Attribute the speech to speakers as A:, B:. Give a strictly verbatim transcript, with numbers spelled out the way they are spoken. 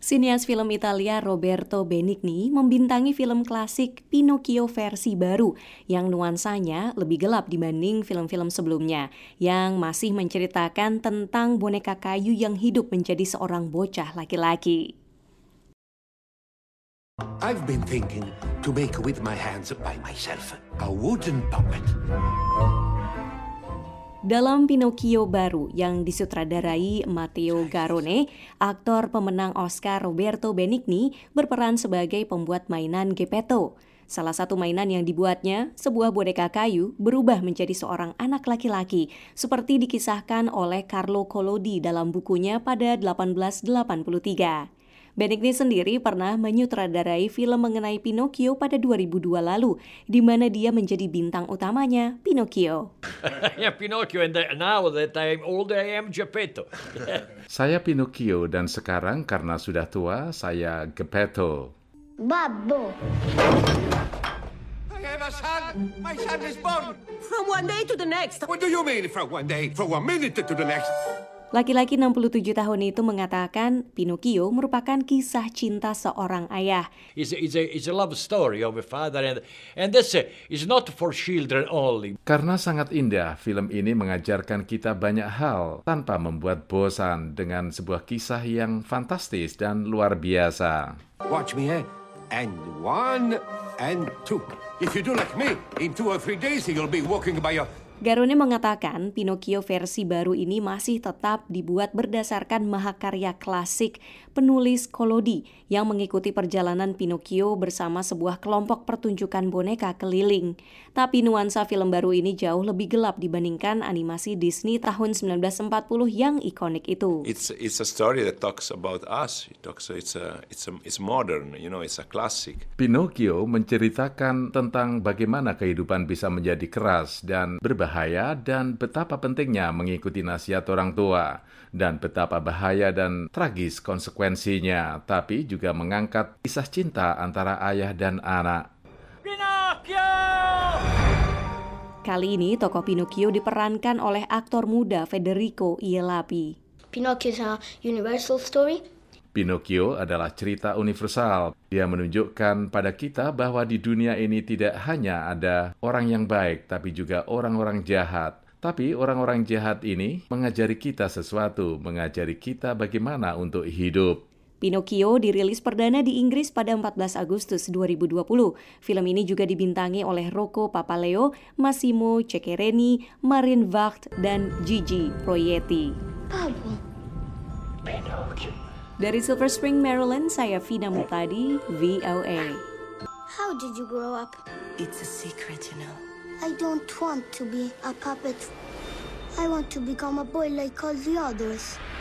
A: Sinias film Italia Roberto Benigni membintangi film klasik Pinocchio versi baru yang nuansanya lebih gelap dibanding film-film sebelumnya, yang masih menceritakan tentang boneka kayu yang hidup menjadi seorang bocah laki-laki.
B: I've been thinking to make with my hands by myself a wooden puppet.
A: Dalam Pinocchio baru yang disutradarai Matteo Garrone, aktor pemenang Oscar Roberto Benigni berperan sebagai pembuat mainan Geppetto. Salah satu mainan yang dibuatnya, sebuah boneka kayu, berubah menjadi seorang anak laki-laki, seperti dikisahkan oleh Carlo Collodi dalam bukunya pada delapan belas delapan puluh tiga. Benigni sendiri pernah menyutradarai film mengenai Pinocchio pada dua ribu dua lalu, di mana dia menjadi bintang utamanya, Pinocchio.
C: Yeah, Pinocchio, and now that I'm older, I am Geppetto.
D: Saya Pinocchio, dan sekarang karena sudah tua, saya Geppetto.
E: Babbo.
B: I have a son! My son is born!
F: From one day to the next.
B: What do you mean from one day, from one minute to the next?
A: Laki-laki enam puluh tujuh tahun itu mengatakan Pinocchio merupakan kisah cinta seorang ayah.
C: It's a, it's a, it's a love story of a father, and and this uh, is not for children only.
D: Karena sangat indah, film ini mengajarkan kita banyak hal tanpa membuat bosan dengan sebuah kisah yang fantastis dan luar biasa.
B: Watch me, eh? And one, and two. If you do like me, in two or three days you'll be walking by your...
A: Garrone mengatakan Pinocchio versi baru ini masih tetap dibuat berdasarkan mahakarya klasik penulis Collodi yang mengikuti perjalanan Pinocchio bersama sebuah kelompok pertunjukan boneka keliling. Tapi nuansa film baru ini jauh lebih gelap dibandingkan animasi Disney tahun sembilan belas empat puluh yang ikonik itu.
G: It's it's a story that talks about us. It talks it's a it's a it's modern, you know, it's a classic.
D: Pinocchio menceritakan tentang bagaimana kehidupan bisa menjadi keras dan berbahaya, dan betapa pentingnya mengikuti nasihat orang tua, dan betapa bahaya dan tragis konsekuensinya, tapi juga mengangkat kisah cinta antara ayah dan anak.
C: Pinocchio!
A: Kali ini tokoh Pinocchio diperankan oleh aktor muda Federico Ielapi.
E: Pinocchio is a universal story.
D: Pinocchio adalah cerita universal. Dia menunjukkan pada kita bahwa di dunia ini tidak hanya ada orang yang baik, tapi juga orang-orang jahat. Tapi orang-orang jahat ini mengajari kita sesuatu, mengajari kita bagaimana untuk hidup.
A: Pinocchio dirilis perdana di Inggris pada empat belas Agustus dua ribu dua puluh. Film ini juga dibintangi oleh Rocco Papaleo, Massimo Ceccherini, Marin Vacht, dan Gigi Proietti.
E: Babbo.
B: Pinocchio.
A: Dari Silver Spring, Maryland, saya Vina Mutadi, V O A.
E: How did you grow up?
F: It's a secret, you know.
E: I don't want to be a puppet. I want to become a boy like all the others.